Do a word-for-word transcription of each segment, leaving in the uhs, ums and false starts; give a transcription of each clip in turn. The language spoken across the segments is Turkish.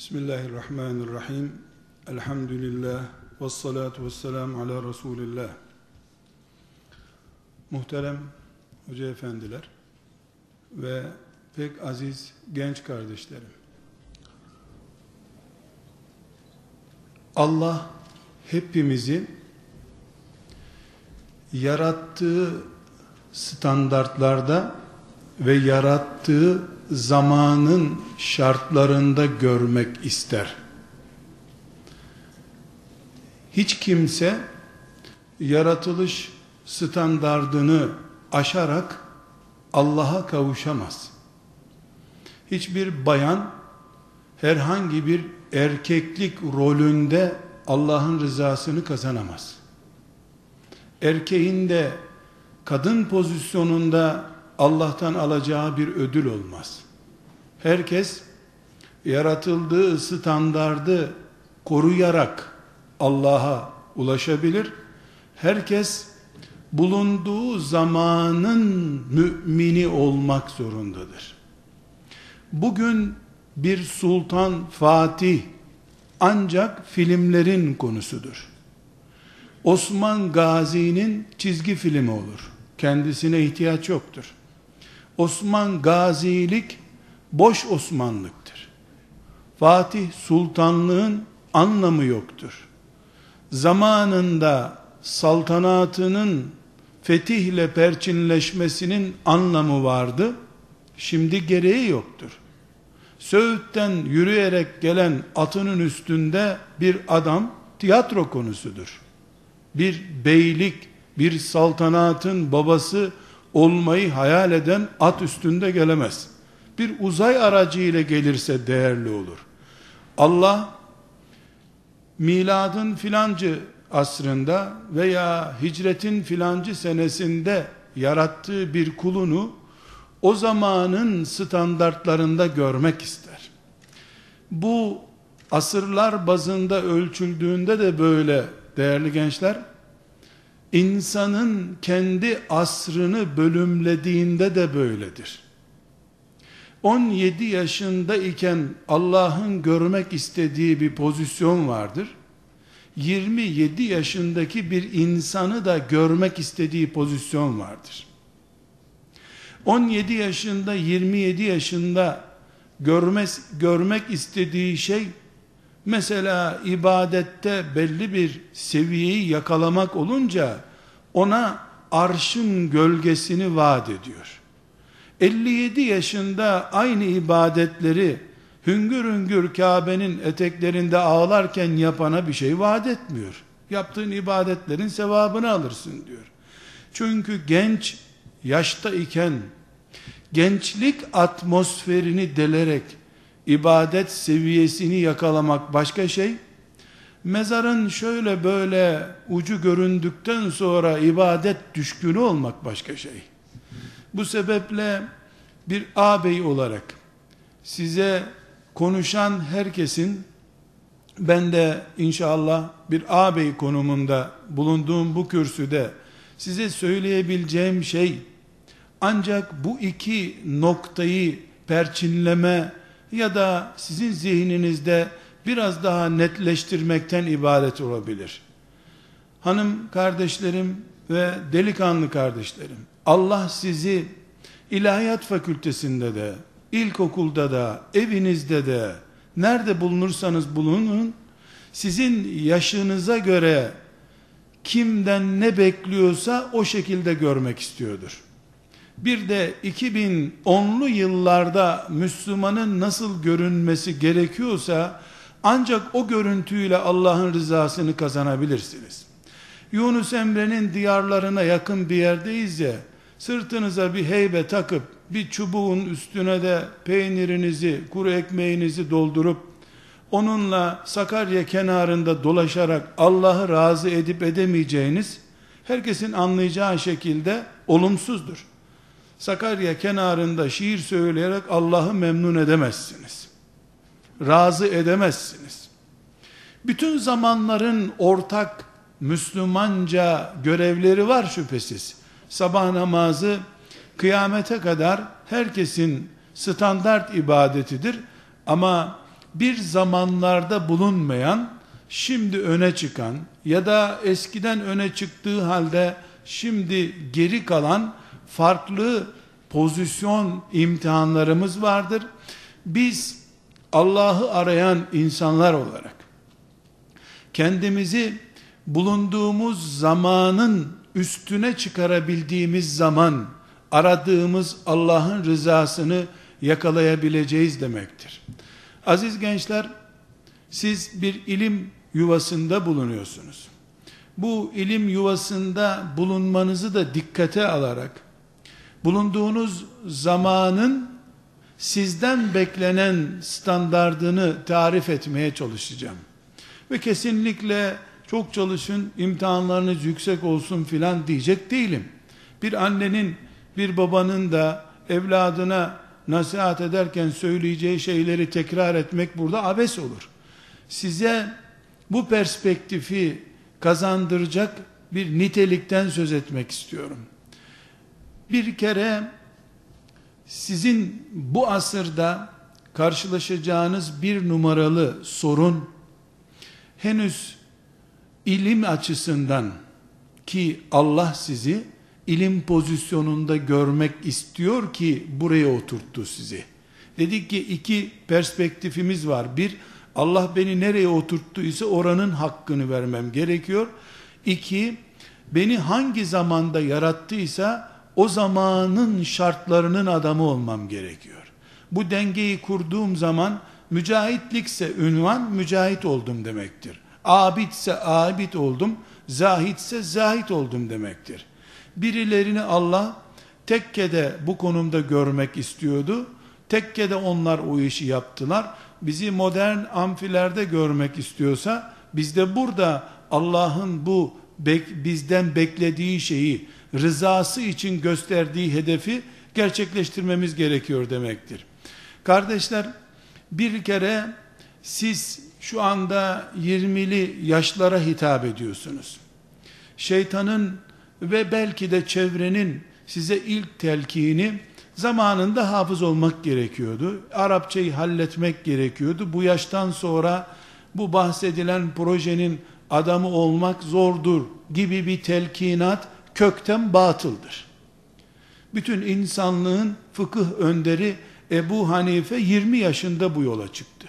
Bismillahirrahmanirrahim. Elhamdülillah. Vessalatu vesselamu ala Resulillah. Muhterem hoca efendiler ve pek aziz genç kardeşlerim. Allah hepimizi yarattığı standartlarda ve yarattığı zamanın şartlarında görmek ister. Hiç kimse yaratılış standardını aşarak Allah'a kavuşamaz. Hiçbir bayan herhangi bir erkeklik rolünde Allah'ın rızasını kazanamaz. Erkeğin de kadın pozisyonunda Allah'tan alacağı bir ödül olmaz. Herkes yaratıldığı standardı koruyarak Allah'a ulaşabilir. Herkes bulunduğu zamanın mümini olmak zorundadır. Bugün bir Sultan Fatih ancak filmlerin konusudur. Osman Gazi'nin çizgi filmi olur. Kendisine ihtiyaç yoktur. Osman Gazilik boş Osmanlıktır. Fatih Sultanlığın anlamı yoktur. Zamanında saltanatının fetihle perçinleşmesinin anlamı vardı. Şimdi gereği yoktur. Söğüt'ten yürüyerek gelen atının üstünde bir adam tiyatro konusudur. Bir beylik, bir saltanatın babası olmayı hayal eden at üstünde gelemez. Bir uzay aracı ile gelirse değerli olur. Allah miladın filancı asrında veya hicretin filancı senesinde yarattığı bir kulunu o zamanın standartlarında görmek ister. Bu asırlar bazında ölçüldüğünde de böyle değerli gençler. İnsanın kendi asrını bölümlediğinde de böyledir. on yedi yaşında iken Allah'ın görmek istediği bir pozisyon vardır. yirmi yedi yaşındaki bir insanı da görmek istediği pozisyon vardır. on yedi yaşında, yirmi yedi yaşında görmez, görmek istediği şey, mesela ibadette belli bir seviyeyi yakalamak olunca ona arşın gölgesini vaat ediyor. elli yedi yaşında aynı ibadetleri hüngür hüngür Kabe'nin eteklerinde ağlarken yapana bir şey vaat etmiyor. Yaptığın ibadetlerin sevabını alırsın diyor. Çünkü genç yaşta iken gençlik atmosferini delerek ibadet seviyesini yakalamak başka şey, mezarın şöyle böyle ucu göründükten sonra ibadet düşkünü olmak başka şey. Bu sebeple bir ağabey olarak size konuşan herkesin, ben de inşallah bir ağabey konumunda bulunduğum bu kürsüde size söyleyebileceğim şey, ancak bu iki noktayı perçinleme ya da sizin zihninizde biraz daha netleştirmekten ibaret olabilir. Hanım kardeşlerim ve delikanlı kardeşlerim, Allah sizi ilahiyat fakültesinde de, ilkokulda da, evinizde de, nerede bulunursanız bulunun, sizin yaşınıza göre kimden ne bekliyorsa o şekilde görmek istiyordur. Bir de iki bin onlu yıllarda Müslümanın nasıl görünmesi gerekiyorsa, ancak o görüntüyle Allah'ın rızasını kazanabilirsiniz. Yunus Emre'nin diyarlarına yakın bir yerdeyiz ya, sırtınıza bir heybe takıp, bir çubuğun üstüne de peynirinizi, kuru ekmeğinizi doldurup, onunla Sakarya kenarında dolaşarak Allah'ı razı edip edemeyeceğiniz, herkesin anlayacağı şekilde olumsuzdur. Sakarya kenarında şiir söyleyerek Allah'ı memnun edemezsiniz. Razı edemezsiniz. Bütün zamanların ortak Müslümanca görevleri var şüphesiz. Sabah namazı kıyamete kadar herkesin standart ibadetidir. Ama bir zamanlarda bulunmayan, şimdi öne çıkan ya da eskiden öne çıktığı halde şimdi geri kalan farklı pozisyon imtihanlarımız vardır. Biz Allah'ı arayan insanlar olarak kendimizi bulunduğumuz zamanın üstüne çıkarabildiğimiz zaman aradığımız Allah'ın rızasını yakalayabileceğiz demektir. Aziz gençler, siz bir ilim yuvasında bulunuyorsunuz. Bu ilim yuvasında bulunmanızı da dikkate alarak bulunduğunuz zamanın sizden beklenen standardını tarif etmeye çalışacağım. Ve kesinlikle çok çalışın, imtihanlarınız yüksek olsun filan diyecek değilim. Bir annenin, bir babanın da evladına nasihat ederken söyleyeceği şeyleri tekrar etmek burada abes olur. Size bu perspektifi kazandıracak bir nitelikten söz etmek istiyorum. Bir kere sizin bu asırda karşılaşacağınız bir numaralı sorun, henüz ilim açısından, ki Allah sizi ilim pozisyonunda görmek istiyor ki buraya oturttu sizi. Dedik ki iki perspektifimiz var. Bir, Allah beni nereye oturttuysa oranın hakkını vermem gerekiyor. İki, beni hangi zamanda yarattıysa o zamanın şartlarının adamı olmam gerekiyor. Bu dengeyi kurduğum zaman mücahitlikse ünvan, mücahit oldum demektir. Abidse abid oldum, zahitse zahit oldum demektir. Birilerini Allah tekkede bu konumda görmek istiyordu. Tekkede onlar o işi yaptılar. Bizi modern amfilerde görmek istiyorsa, biz de burada Allah'ın bu bek, bizden beklediği şeyi, rızası için gösterdiği hedefi gerçekleştirmemiz gerekiyor demektir. Kardeşler, bir kere siz şu anda yirmili yaşlara hitap ediyorsunuz. Şeytanın ve belki de çevrenin size ilk telkini, zamanında hafız olmak gerekiyordu. Arapçayı halletmek gerekiyordu. Bu yaştan sonra bu bahsedilen projenin adamı olmak zordur gibi bir telkinat kökten batıldır. Bütün insanlığın fıkıh önderi Ebu Hanife yirmi yaşında bu yola çıktı.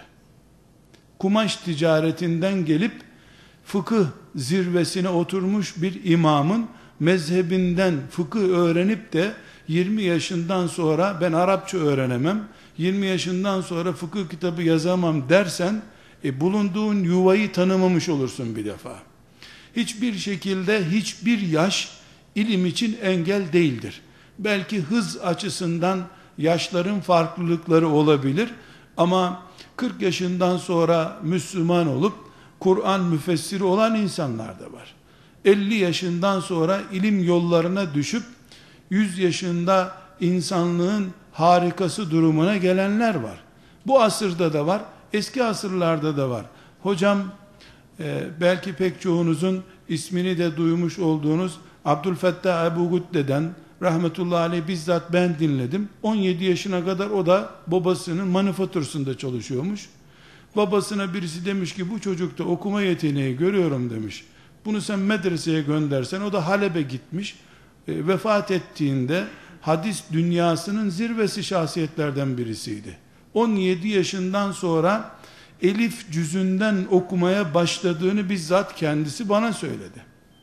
Kumaş ticaretinden gelip fıkıh zirvesine oturmuş bir imamın mezhebinden fıkıh öğrenip de yirmi yaşından sonra ben Arapça öğrenemem, yirmi yaşından sonra fıkıh kitabı yazamam dersen, e, bulunduğun yuvayı tanımamış olursun bir defa. Hiçbir şekilde hiçbir yaş ilim için engel değildir. Belki hız açısından yaşların farklılıkları olabilir ama kırk yaşından sonra Müslüman olup Kur'an müfessiri olan insanlar da var. elli yaşından sonra ilim yollarına düşüp yüz yaşında insanlığın harikası durumuna gelenler var. Bu asırda da var, eski asırlarda da var. Hocam, e, belki pek çoğunuzun ismini de duymuş olduğunuz Abdülfettah Ebu Gudde'den rahmetullahi aleyh bizzat ben dinledim. on yedi yaşına kadar o da babasının manifaturasında çalışıyormuş. Babasına birisi demiş ki bu çocukta okuma yeteneği görüyorum demiş. Bunu sen medreseye göndersen, o da Halep'e gitmiş. E, vefat ettiğinde hadis dünyasının zirvesi şahsiyetlerden birisiydi. on yedi yaşından sonra elif cüzünden okumaya başladığını bizzat kendisi bana söyledi.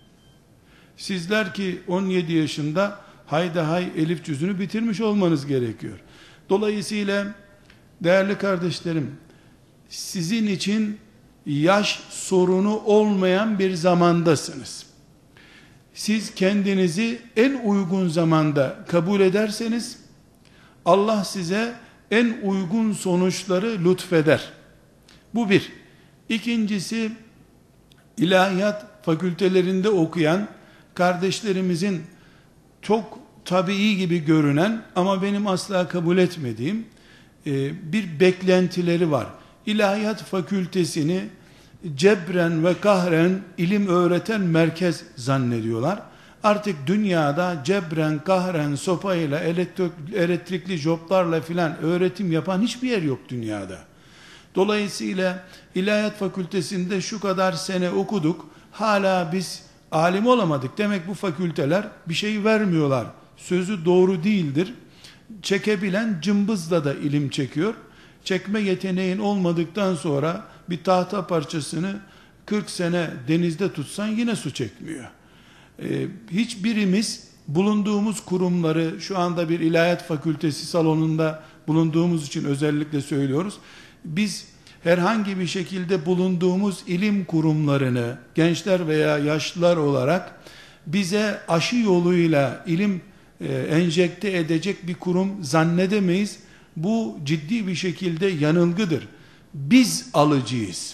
Sizler ki on yedi yaşında hayda hay elif cüzünü bitirmiş olmanız gerekiyor. Dolayısıyla değerli kardeşlerim, sizin için yaş sorunu olmayan bir zamandasınız. Siz kendinizi en uygun zamanda kabul ederseniz, Allah size en uygun sonuçları lütfeder. Bu bir. İkincisi, ilahiyat fakültelerinde okuyan kardeşlerimizin çok tabii gibi görünen ama benim asla kabul etmediğim bir beklentileri var. İlahiyat fakültesini cebren ve kahren ilim öğreten merkez zannediyorlar. Artık dünyada cebren, kahren, sopayla, elektrik, elektrikli joplarla filan öğretim yapan hiçbir yer yok dünyada. Dolayısıyla ilahiyat fakültesinde şu kadar sene okuduk, hala biz alim olamadık. Demek bu fakülteler bir şey vermiyorlar. Sözü doğru değildir. Çekebilen cımbızla da ilim çekiyor. Çekme yeteneğin olmadıktan sonra bir tahta parçasını kırk sene denizde tutsan yine su çekmiyor. Ee, hiçbirimiz bulunduğumuz kurumları, şu anda bir ilahiyat fakültesi salonunda bulunduğumuz için özellikle söylüyoruz. Biz herhangi bir şekilde bulunduğumuz ilim kurumlarını, gençler veya yaşlılar olarak bize aşı yoluyla ilim e, enjekte edecek bir kurum zannedemeyiz. Bu ciddi bir şekilde yanılgıdır. Biz alıcıyız.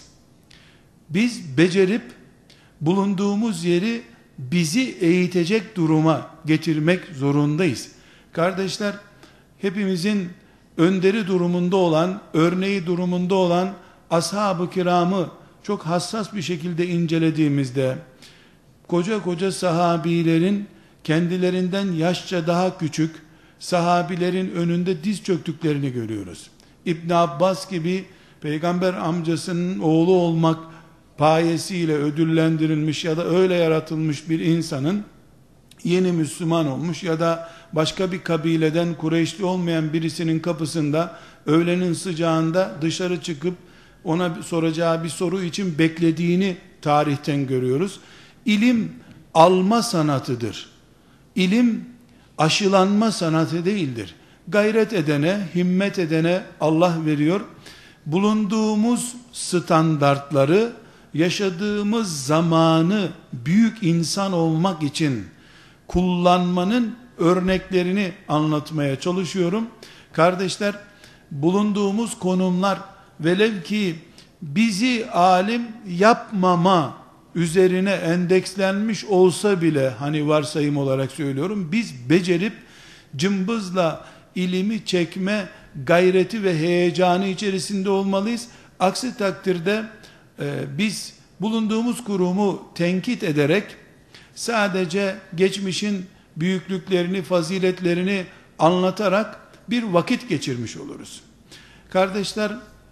Biz becerip bulunduğumuz yeri bizi eğitecek duruma getirmek zorundayız. Kardeşler, hepimizin önderi durumunda olan, örneği durumunda olan ashab-ı kiramı çok hassas bir şekilde incelediğimizde, koca koca sahabilerin kendilerinden yaşça daha küçük sahabilerin önünde diz çöktüklerini görüyoruz. İbn Abbas gibi peygamber amcasının oğlu olmak payesiyle ödüllendirilmiş ya da öyle yaratılmış bir insanın yeni Müslüman olmuş ya da başka bir kabileden Kureyşli olmayan birisinin kapısında öğlenin sıcağında dışarı çıkıp ona soracağı bir soru için beklediğini tarihten görüyoruz. İlim alma sanatıdır. İlim aşılanma sanatı değildir. Gayret edene, himmet edene Allah veriyor. Bulunduğumuz standartları, yaşadığımız zamanı büyük insan olmak için kullanmanın örneklerini anlatmaya çalışıyorum. Kardeşler, bulunduğumuz konumlar velev ki bizi alim yapmama üzerine endekslenmiş olsa bile, hani varsayım olarak söylüyorum, biz becerip cımbızla ilimi çekme gayreti ve heyecanı içerisinde olmalıyız. Aksi takdirde e, biz bulunduğumuz kurumu tenkit ederek sadece geçmişin büyüklüklerini, faziletlerini anlatarak bir vakit geçirmiş oluruz. Kardeşler,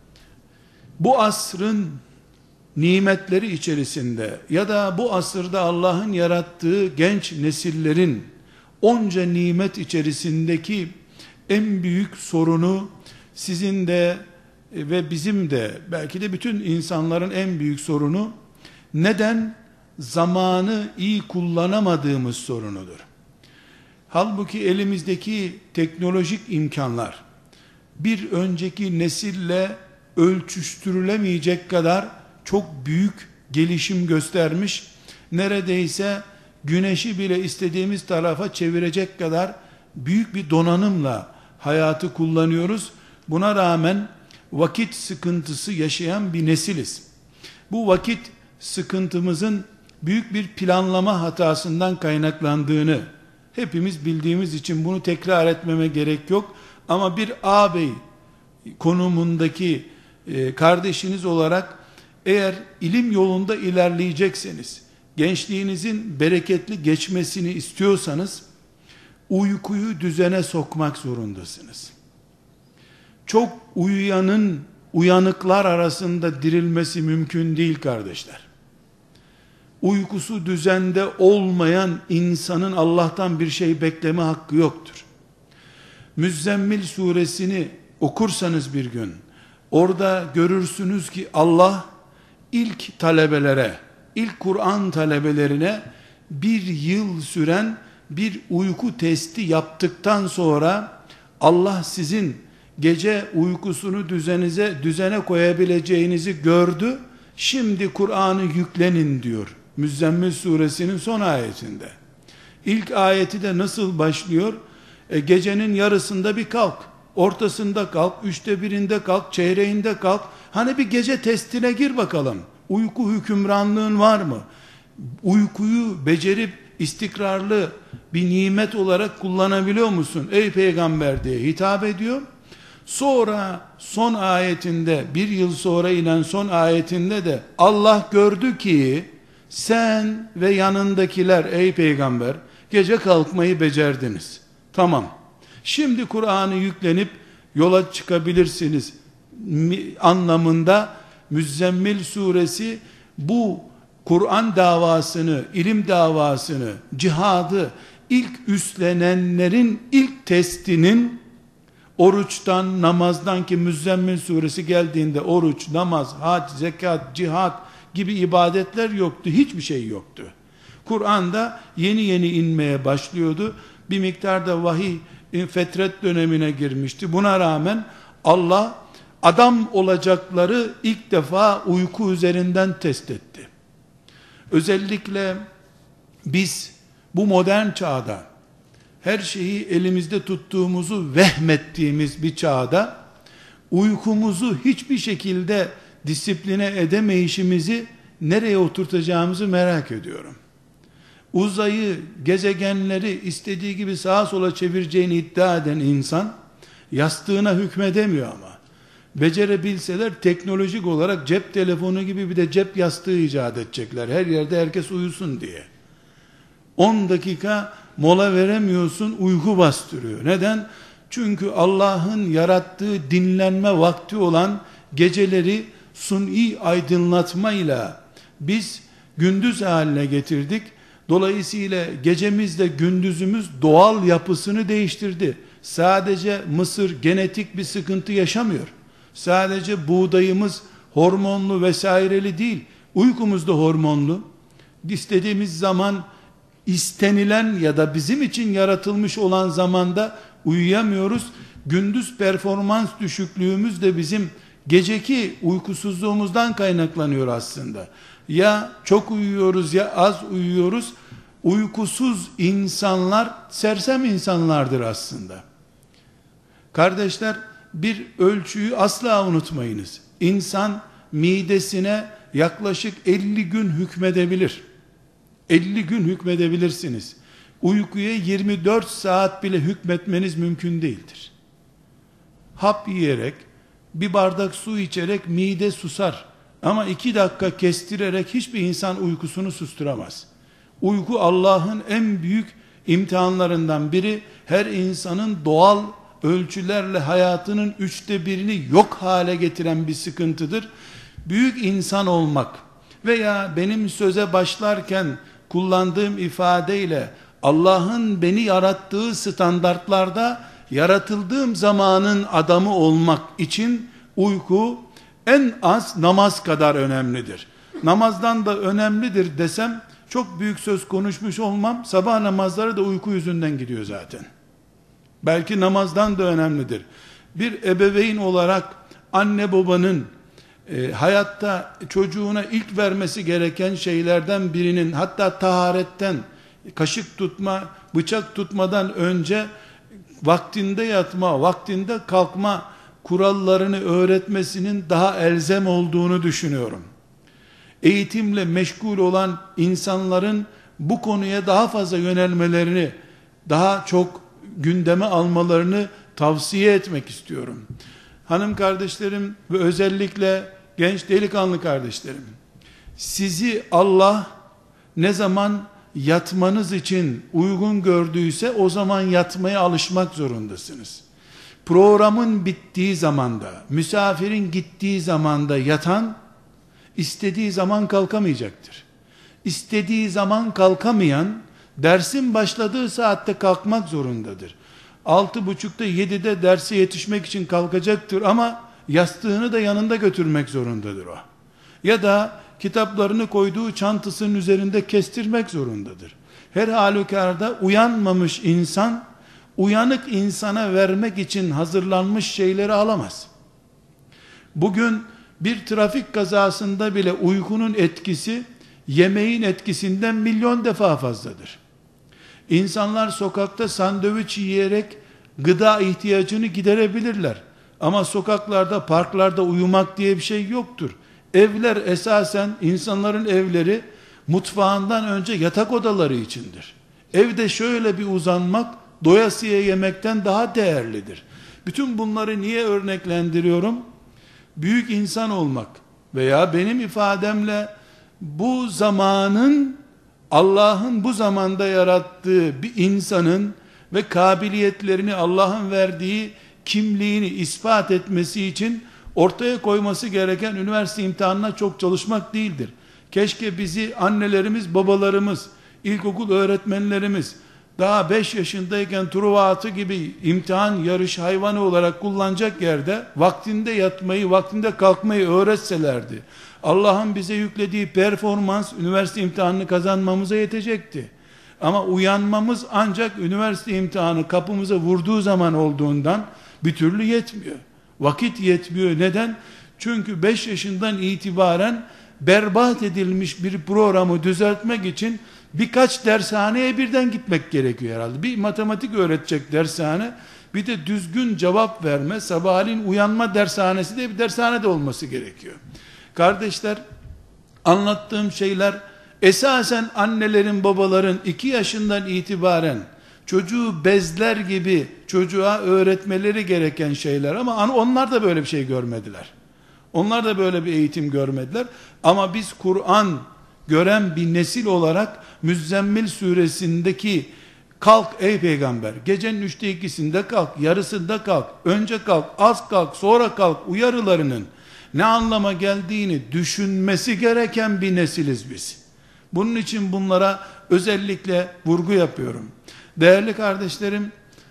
bu asrın nimetleri içerisinde ya da bu asırda Allah'ın yarattığı genç nesillerin onca nimet içerisindeki en büyük sorunu, sizin de ve bizim de, belki de bütün insanların en büyük sorunu, neden zamanı iyi kullanamadığımız sorunudur. Halbuki elimizdeki teknolojik imkanlar bir önceki nesille ölçüştürülemeyecek kadar çok büyük gelişim göstermiş, neredeyse güneşi bile istediğimiz tarafa çevirecek kadar büyük bir donanımla hayatı kullanıyoruz. Buna rağmen vakit sıkıntısı yaşayan bir nesiliz. Bu vakit sıkıntımızın büyük bir planlama hatasından kaynaklandığını hepimiz bildiğimiz için bunu tekrar etmeme gerek yok. Ama bir ağabey konumundaki e, kardeşiniz olarak, eğer ilim yolunda ilerleyecekseniz, gençliğinizin bereketli geçmesini istiyorsanız, uykuyu düzene sokmak zorundasınız. Çok uyuyanın uyanıklar arasında dirilmesi mümkün değil kardeşler. Uykusu düzende olmayan insanın Allah'tan bir şey bekleme hakkı yoktur. Müzzemmil suresini okursanız bir gün, orada görürsünüz ki Allah ilk talebelere, ilk Kur'an talebelerine bir yıl süren bir uyku testi yaptıktan sonra, Allah sizin gece uykusunu düzenize, düzene koyabileceğinizi gördü, şimdi Kur'an'ı yüklenin diyor Müzzemmil suresinin son ayetinde. İlk ayeti de nasıl başlıyor? E, gecenin yarısında bir kalk, ortasında kalk, üçte birinde kalk, çeyreğinde kalk. Hani bir gece testine gir bakalım. Uyku hükümranlığın var mı? Uykuyu becerip istikrarlı bir nimet olarak kullanabiliyor musun ey peygamber diye hitap ediyor. Sonra son ayetinde, bir yıl sonra inen son ayetinde de Allah gördü ki sen ve yanındakiler ey peygamber gece kalkmayı becerdiniz. Tamam. Şimdi Kur'an'ı yüklenip yola çıkabilirsiniz anlamında Müzzemmil suresi bu Kur'an davasını, ilim davasını, cihadı ilk üstlenenlerin ilk testinin oruçtan, namazdan, ki Müzzemmil suresi geldiğinde oruç, namaz, hac, zekat, cihat gibi ibadetler yoktu. Hiçbir şey yoktu. Kur'an'da yeni yeni inmeye başlıyordu. Bir miktarda vahiy fetret dönemine girmişti. Buna rağmen Allah adam olacakları ilk defa uyku üzerinden test etti. Özellikle biz bu modern çağda her şeyi elimizde tuttuğumuzu vehmettiğimiz bir çağda uykumuzu hiçbir şekilde disipline edemeyişimizi nereye oturtacağımızı merak ediyorum. Uzayı, gezegenleri istediği gibi sağa sola çevireceğini iddia eden insan yastığına hükmedemiyor ama. Becerebilseler teknolojik olarak cep telefonu gibi bir de cep yastığı icat edecekler. Her yerde herkes uyusun diye. on dakika mola veremiyorsun, uyku bastırıyor. Neden? Çünkü Allah'ın yarattığı dinlenme vakti olan geceleri suni aydınlatmayla biz gündüz haline getirdik. Dolayısıyla gecemizle gündüzümüz doğal yapısını değiştirdi. Sadece Mısır genetik bir sıkıntı yaşamıyor. Sadece buğdayımız hormonlu vesaireli değil. Uykumuz da hormonlu. İstediğimiz zaman istenilen ya da bizim için yaratılmış olan zamanda uyuyamıyoruz. Gündüz performans düşüklüğümüz de bizim geceki uykusuzluğumuzdan kaynaklanıyor aslında. Ya çok uyuyoruz ya az uyuyoruz. Uykusuz insanlar sersem insanlardır aslında. Kardeşler, bir ölçüyü asla unutmayınız. İnsan midesine yaklaşık elli gün hükmedebilir. elli gün hükmedebilirsiniz. Uykuya yirmi dört saat bile hükmetmeniz mümkün değildir. Hap yiyerek, bir bardak su içerek mide susar. Ama iki dakika kestirerek hiçbir insan uykusunu susturamaz. Uyku Allah'ın en büyük imtihanlarından biri. Her insanın doğal ölçülerle hayatının üçte birini yok hale getiren bir sıkıntıdır. Büyük insan olmak veya benim söze başlarken kullandığım ifadeyle Allah'ın beni yarattığı standartlarda yaratıldığım zamanın adamı olmak için uyku en az namaz kadar önemlidir. Namazdan da önemlidir desem çok büyük söz konuşmuş olmam. Sabah namazları da uyku yüzünden gidiyor zaten. Belki namazdan da önemlidir. Bir ebeveyn olarak anne babanın e, hayatta çocuğuna ilk vermesi gereken şeylerden birinin, hatta taharetten, kaşık tutma, bıçak tutmadan önce vaktinde yatma, vaktinde kalkma kurallarını öğretmesinin daha elzem olduğunu düşünüyorum. Eğitimle meşgul olan insanların bu konuya daha fazla yönelmelerini, daha çok gündeme almalarını tavsiye etmek istiyorum. Hanım kardeşlerim ve özellikle genç delikanlı kardeşlerim, sizi Allah ne zaman yatmanız için uygun gördüyse o zaman yatmaya alışmak zorundasınız. Programın bittiği zamanda, misafirin gittiği zamanda yatan, istediği zaman kalkamayacaktır. İstediği zaman kalkamayan, dersin başladığı saatte kalkmak zorundadır. Altı buçukta yedide derse yetişmek için kalkacaktır ama yastığını da yanında götürmek zorundadır o. Ya da kitaplarını koyduğu çantasının üzerinde kestirmek zorundadır. Her halükarda uyanmamış insan, uyanık insana vermek için hazırlanmış şeyleri alamaz. Bugün bir trafik kazasında bile uykunun etkisi, yemeğin etkisinden milyon defa fazladır. İnsanlar sokakta sandviç yiyerek gıda ihtiyacını giderebilirler. Ama sokaklarda, parklarda uyumak diye bir şey yoktur. Evler esasen, insanların evleri mutfağından önce yatak odaları içindir. Evde şöyle bir uzanmak, doyasıya yemekten daha değerlidir. Bütün bunları niye örneklendiriyorum? Büyük insan olmak veya benim ifademle bu zamanın, Allah'ın bu zamanda yarattığı bir insanın ve kabiliyetlerini Allah'ın verdiği kimliğini ispat etmesi için ortaya koyması gereken üniversite imtihanına çok çalışmak değildir. Keşke bizi annelerimiz, babalarımız, ilkokul öğretmenlerimiz daha beş yaşındayken Truva atı gibi imtihan yarış hayvanı olarak kullanacak yerde vaktinde yatmayı, vaktinde kalkmayı öğretselerdi. Allah'ın bize yüklediği performans üniversite imtihanını kazanmamıza yetecekti. Ama uyanmamız ancak üniversite imtihanı kapımıza vurduğu zaman olduğundan bir türlü yetmiyor. Vakit yetmiyor. Neden? Çünkü beş yaşından itibaren berbat edilmiş bir programı düzeltmek için birkaç dershaneye birden gitmek gerekiyor herhalde. Bir matematik öğretecek dershane, bir de düzgün cevap verme, sabahleyin uyanma dershanesi de bir dershanede olması gerekiyor. Kardeşler, anlattığım şeyler esasen annelerin, babaların iki yaşından itibaren çocuğu bezler gibi çocuğa öğretmeleri gereken şeyler, ama onlar da böyle bir şey görmediler. Onlar da böyle bir eğitim görmediler. Ama biz Kur'an gören bir nesil olarak Müzzemmil suresindeki kalk ey peygamber, gecenin üçte ikisinde kalk, yarısında kalk, önce kalk, az kalk, sonra kalk uyarılarının ne anlama geldiğini düşünmesi gereken bir nesiliz biz. Bunun için bunlara özellikle vurgu yapıyorum. Değerli kardeşlerim,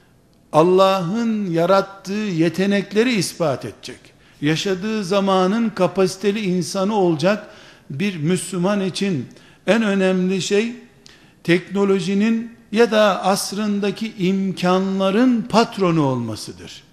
Allah'ın yarattığı yetenekleri ispat edecek, yaşadığı zamanın kapasiteli insanı olacak bir Müslüman için en önemli şey teknolojinin ya da asrındaki imkanların patronu olmasıdır.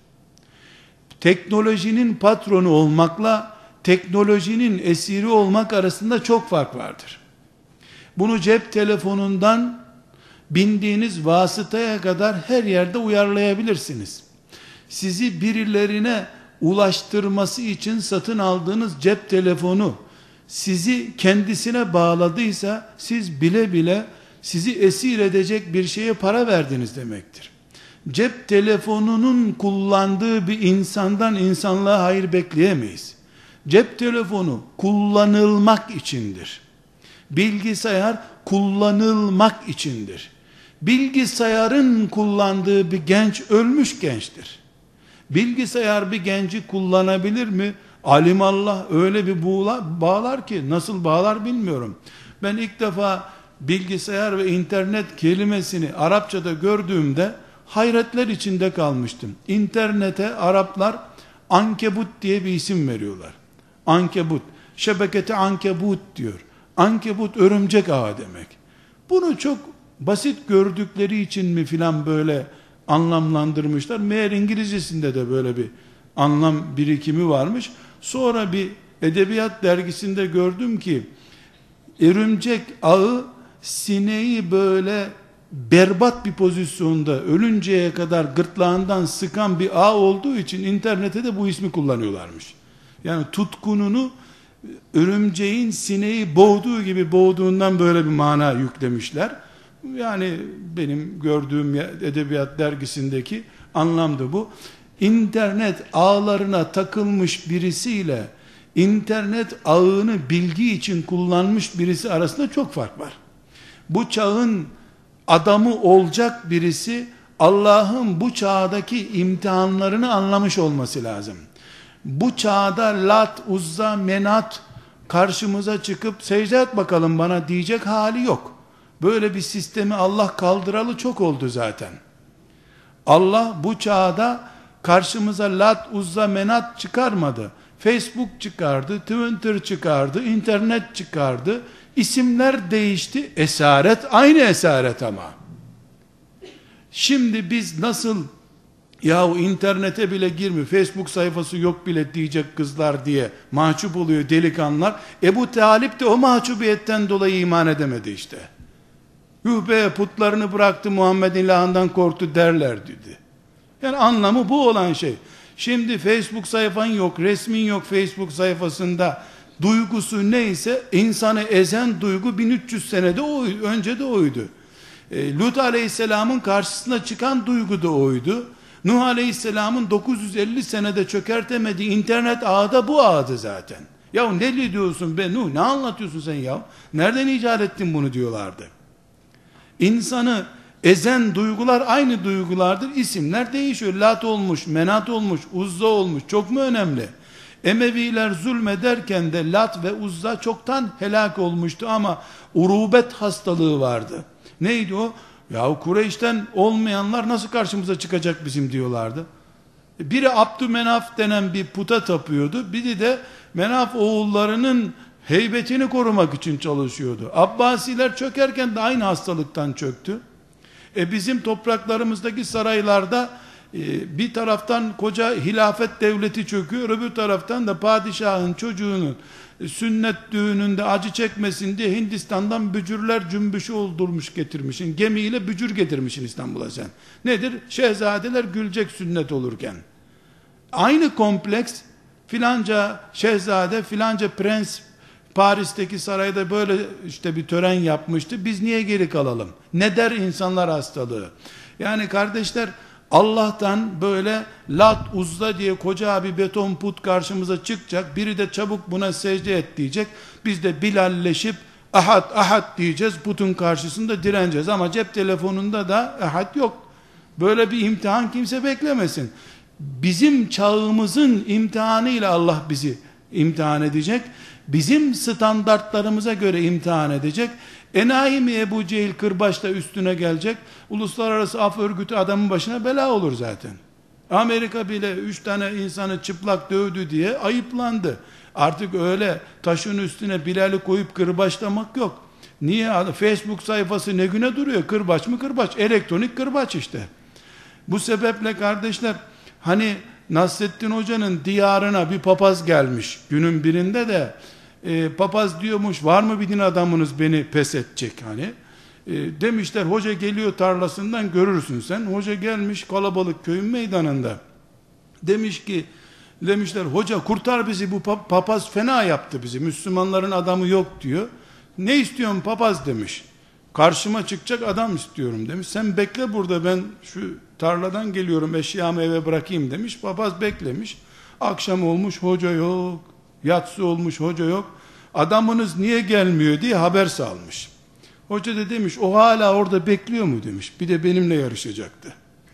Teknolojinin patronu olmakla teknolojinin esiri olmak arasında çok fark vardır. Bunu cep telefonundan bindiğiniz vasıtaya kadar her yerde uyarlayabilirsiniz. Sizi birilerine ulaştırması için satın aldığınız cep telefonu sizi kendisine bağladıysa siz bile bile sizi esir edecek bir şeye para verdiniz demektir. Cep telefonunun kullandığı bir insandan insanlığa hayır bekleyemeyiz. Cep telefonu kullanılmak içindir. Bilgisayar kullanılmak içindir. Bilgisayarın kullandığı bir genç ölmüş gençtir. Bilgisayar bir genci kullanabilir mi? Alimallah öyle bir bağlar, bağlar ki nasıl bağlar bilmiyorum. Ben ilk defa bilgisayar ve internet kelimesini Arapçada gördüğümde hayretler içinde kalmıştım. İnternete Araplar ankebut diye bir isim veriyorlar. Ankebut, şebekete ankebut diyor. Ankebut örümcek ağı demek. Bunu çok basit gördükleri için mi filan böyle anlamlandırmışlar. Meğer İngilizcesinde de böyle bir anlam birikimi varmış. Sonra bir edebiyat dergisinde gördüm ki örümcek ağı sineği böyle berbat bir pozisyonda ölünceye kadar gırtlağından sıkan bir ağ olduğu için internete de bu ismi kullanıyorlarmış. Yani tutkununu örümceğin sineği boğduğu gibi boğduğundan böyle bir mana yüklemişler. Yani benim gördüğüm edebiyat dergisindeki anlam da bu. İnternet ağlarına takılmış birisiyle internet ağını bilgi için kullanmış birisi arasında çok fark var. Bu çağın adamı olacak birisi Allah'ın bu çağdaki imtihanlarını anlamış olması lazım. Bu çağda Lat, Uzza, Menat karşımıza çıkıp secde et bakalım bana diyecek hali yok. Böyle bir sistemi Allah kaldıralı çok oldu zaten. Allah bu çağda karşımıza Lat, Uzza, Menat çıkarmadı. Facebook çıkardı, Twitter çıkardı, internet çıkardı. İsimler değişti. Esaret aynı esaret ama. Şimdi biz nasıl yahu internete bile girmiyor, Facebook sayfası yok bile diyecek kızlar diye mahcup oluyor delikanlılar. Ebu Talip de o mahcubiyetten dolayı iman edemedi işte. Yuh be putlarını bıraktı Muhammed'in ilahından korktu derler dedi. Yani anlamı bu olan şey. Şimdi Facebook sayfan yok, resmin yok Facebook sayfasında. Duygusu neyse insanı ezen duygu bin üç yüz senede o, önce de oydu. E, Lut aleyhisselamın karşısına çıkan duygu da oydu. Nuh aleyhisselamın dokuz yüz elli senede çökertemediği internet ağı da bu ağdı zaten. Ya ne diyorsun be Nuh, ne anlatıyorsun sen ya? Nereden icat ettin bunu diyorlardı. İnsanı ezen duygular aynı duygulardır. İsimler değişiyor. Lat olmuş, Menat olmuş, Uzza olmuş. Çok mu önemli? Emeviler zulmederken de Lat ve Uzza çoktan helak olmuştu ama urubet hastalığı vardı. Neydi o? Ya Kureyş'ten olmayanlar nasıl karşımıza çıkacak bizim diyorlardı. Biri Abdümenaf denen bir puta tapıyordu. Biri de Menaf oğullarının heybetini korumak için çalışıyordu. Abbasiler çökerken de aynı hastalıktan çöktü. E bizim topraklarımızdaki saraylarda e, bir taraftan koca hilafet devleti çöküyor, öbür taraftan da padişahın çocuğunun e, sünnet düğününde acı çekmesin diye Hindistan'dan bücürler cümbüşü oldurmuş getirmişsin. Gemiyle bücür getirmişsin İstanbul'a sen. Nedir? Şehzadeler gülecek sünnet olurken. Aynı kompleks filanca şehzade, filanca prens Paris'teki sarayda böyle işte bir tören yapmıştı. Biz niye geri kalalım? Ne der insanlar hastalığı? Yani kardeşler, Allah'tan böyle Lat Uzza diye koca bir beton put karşımıza çıkacak. Biri de çabuk buna secde et diyecek. Biz de Bilalleşip ahad ahad diyeceğiz. Putun karşısında direneceğiz. Ama cep telefonunda da ahad yok. Böyle bir imtihan kimse beklemesin. Bizim çağımızın imtihanıyla Allah bizi imtihan edecek. Bizim standartlarımıza göre imtihan edecek. Enayi mi Ebu Cehil kırbaçla üstüne gelecek? Uluslararası Af Örgütü adamın başına bela olur zaten. Amerika bile üç tane insanı çıplak dövdü diye ayıplandı. Artık öyle taşın üstüne Bilal'i koyup kırbaçlamak yok. Niye? Facebook sayfası ne güne duruyor? Kırbaç mı kırbaç? Elektronik kırbaç işte. Bu sebeple kardeşler, hani Nasreddin Hoca'nın diyarına bir papaz gelmiş günün birinde de e, papaz diyormuş, var mı bir din adamınız beni pes edecek hani e, demişler, hoca geliyor tarlasından görürsün sen. Hoca gelmiş kalabalık köyün meydanında, demiş ki demişler hoca kurtar bizi, bu papaz fena yaptı bizi, Müslümanların adamı yok diyor. Ne istiyorsun papaz demiş. Karşıma çıkacak adam istiyorum demiş. Sen bekle burada, ben şu tarladan geliyorum, eşyamı eve bırakayım demiş. Papaz beklemiş. Akşam olmuş, hoca yok. Yatsı olmuş, hoca yok. Adamınız niye gelmiyor diye haber salmış. Hoca da demiş, o hala orada bekliyor mu demiş. Bir de benimle yarışacaktı.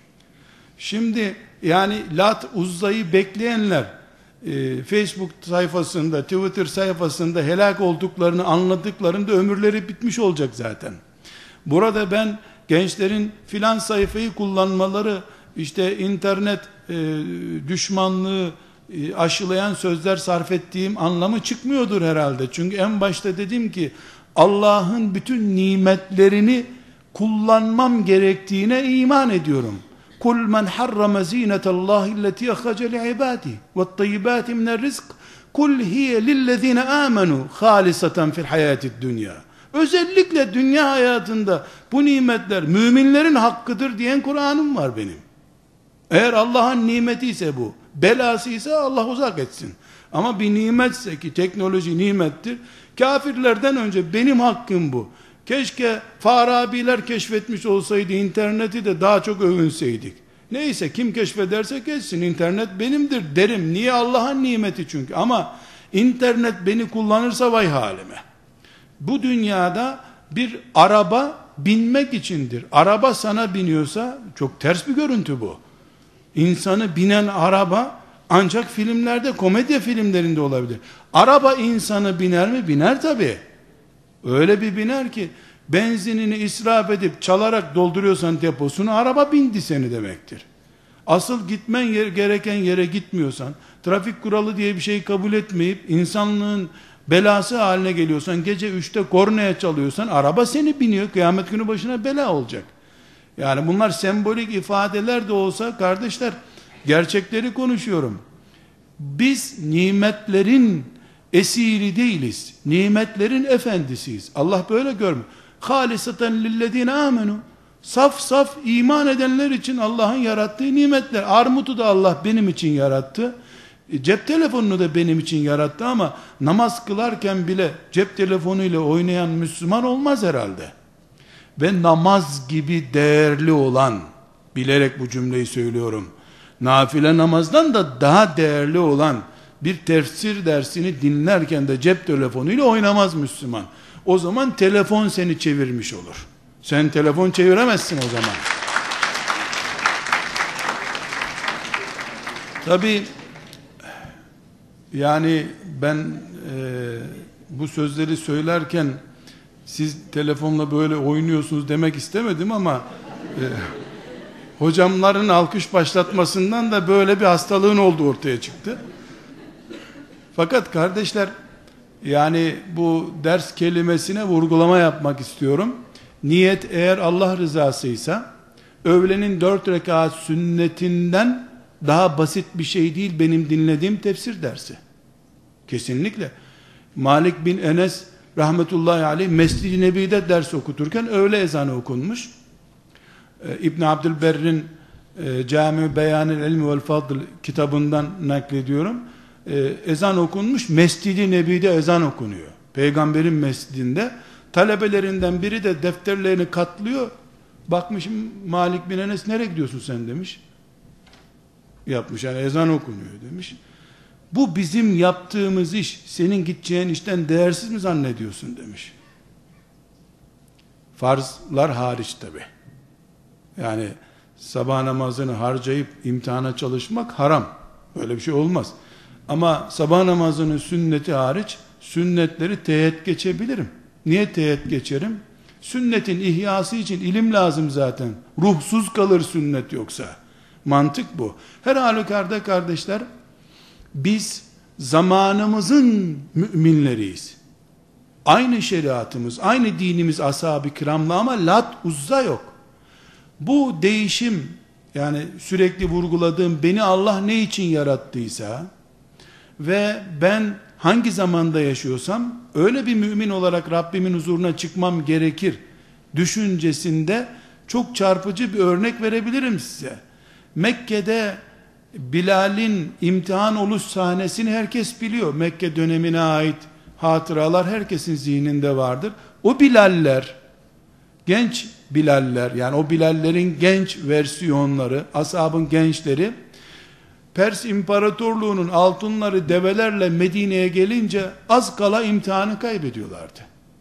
Şimdi yani Lat Uzza'yı bekleyenler e, Facebook sayfasında, Twitter sayfasında helak olduklarını anladıklarında ömürleri bitmiş olacak zaten. Burada ben gençlerin filan sayfayı kullanmaları, işte internet e, düşmanlığı e, aşılayan sözler sarf ettiğim anlamı çıkmıyordur herhalde. Çünkü en başta dedim ki Allah'ın bütün nimetlerini kullanmam gerektiğine iman ediyorum. Kul men harrama zinetallahi allati akhraca li'ibadi ve't-tayyibati mine'r-rizq kul hiye lillezine amenu halisatan fil hayatid dunya. Özellikle dünya hayatında bu nimetler müminlerin hakkıdır diyen Kur'an'ım var benim. Eğer Allah'ın nimeti ise bu, belası ise Allah uzak etsin. Ama bir nimetse, ki teknoloji nimettir, kafirlerden önce benim hakkım bu. Keşke Farabiler keşfetmiş olsaydı interneti de daha çok övünseydik. Neyse, kim keşfederse geçsin, internet benimdir derim. Niye? Allah'ın nimeti çünkü. Ama internet beni kullanırsa vay halime. Bu dünyada bir araba binmek içindir. Araba sana biniyorsa çok ters bir görüntü bu. İnsanı binen araba ancak filmlerde, komedya filmlerinde olabilir. Araba insanı biner mi? Biner tabii. Öyle bir biner ki benzinini israf edip çalarak dolduruyorsan deposunu, araba bindi seni demektir. Asıl gitmen yer, gereken yere gitmiyorsan, trafik kuralı diye bir şey kabul etmeyip insanlığın belası haline geliyorsan, gece üçte kornaya çalıyorsan, araba seni biniyor, kıyamet günü başına bela olacak. Yani bunlar sembolik ifadeler de olsa kardeşler, gerçekleri konuşuyorum. Biz nimetlerin esiri değiliz. Nimetlerin efendisiyiz. Allah böyle görmüyor. Halisaten lillezine amenu. Saf saf iman edenler için Allah'ın yarattığı nimetler. Armutu da Allah benim için yarattı. Cep telefonunu da benim için yarattı ama namaz kılarken bile cep telefonuyla oynayan Müslüman olmaz herhalde. Ve namaz gibi değerli olan, bilerek bu cümleyi söylüyorum, nafile namazdan da daha değerli olan bir tefsir dersini dinlerken de cep telefonuyla oynamaz Müslüman. O zaman telefon seni çevirmiş olur. Sen telefon çeviremezsin o zaman. Tabii Yani ben e, bu sözleri söylerken siz telefonla böyle oynuyorsunuz demek istemedim ama e, hocamların alkış başlatmasından da böyle bir hastalığın olduğu ortaya çıktı. Fakat kardeşler, yani bu ders kelimesine vurgulama yapmak istiyorum. Niyet eğer Allah rızasıysa, öğlenin dört rekat sünnetinden daha basit bir şey değil benim dinlediğim tefsir dersi. Kesinlikle. Malik bin Enes rahmetullahi aleyh Mescid-i Nebi'de ders okuturken öğle ezanı okunmuş. Ee, İbn Abdülberr'in e, Cami-i Beyanil İlmi vel Fadl kitabından naklediyorum. Ee, ezan okunmuş, Mescid-i Nebi'de ezan okunuyor. Peygamberin mescidinde. Talebelerinden biri de defterlerini katlıyor. Bakmışım, Malik bin Enes nereye gidiyorsun sen demiş. Yapmış, yani ezan okunuyor demiş. Bu bizim yaptığımız iş, senin gideceğin işten değersiz mi zannediyorsun demiş. Farzlar hariç tabi. Yani sabah namazını harcayıp imtihana çalışmak haram. Öyle bir şey olmaz. Ama sabah namazının sünneti hariç sünnetleri teğet geçebilirim. Niye teğet geçerim? Sünnetin ihyası için ilim lazım zaten. Ruhsuz kalır sünnet yoksa. Mantık bu. Her halükarda kardeşler, biz zamanımızın müminleriyiz. Aynı şeriatımız, aynı dinimiz ashab-ı kiramla ama lat uzza yok. Bu değişim, yani sürekli vurguladığım, beni Allah ne için yarattıysa ve ben hangi zamanda yaşıyorsam öyle bir mümin olarak Rabbimin huzuruna çıkmam gerekir düşüncesinde çok çarpıcı bir örnek verebilirim size. Mekke'de Bilal'in imtihan oluş sahnesini herkes biliyor. Mekke dönemine ait hatıralar herkesin zihninde vardır. O Bilaller, genç Bilaller, yani o Bilallerin genç versiyonları, ashabın gençleri, Pers İmparatorluğu'nun altınları develerle Medine'ye gelince az kala imtihanı kaybediyorlardı.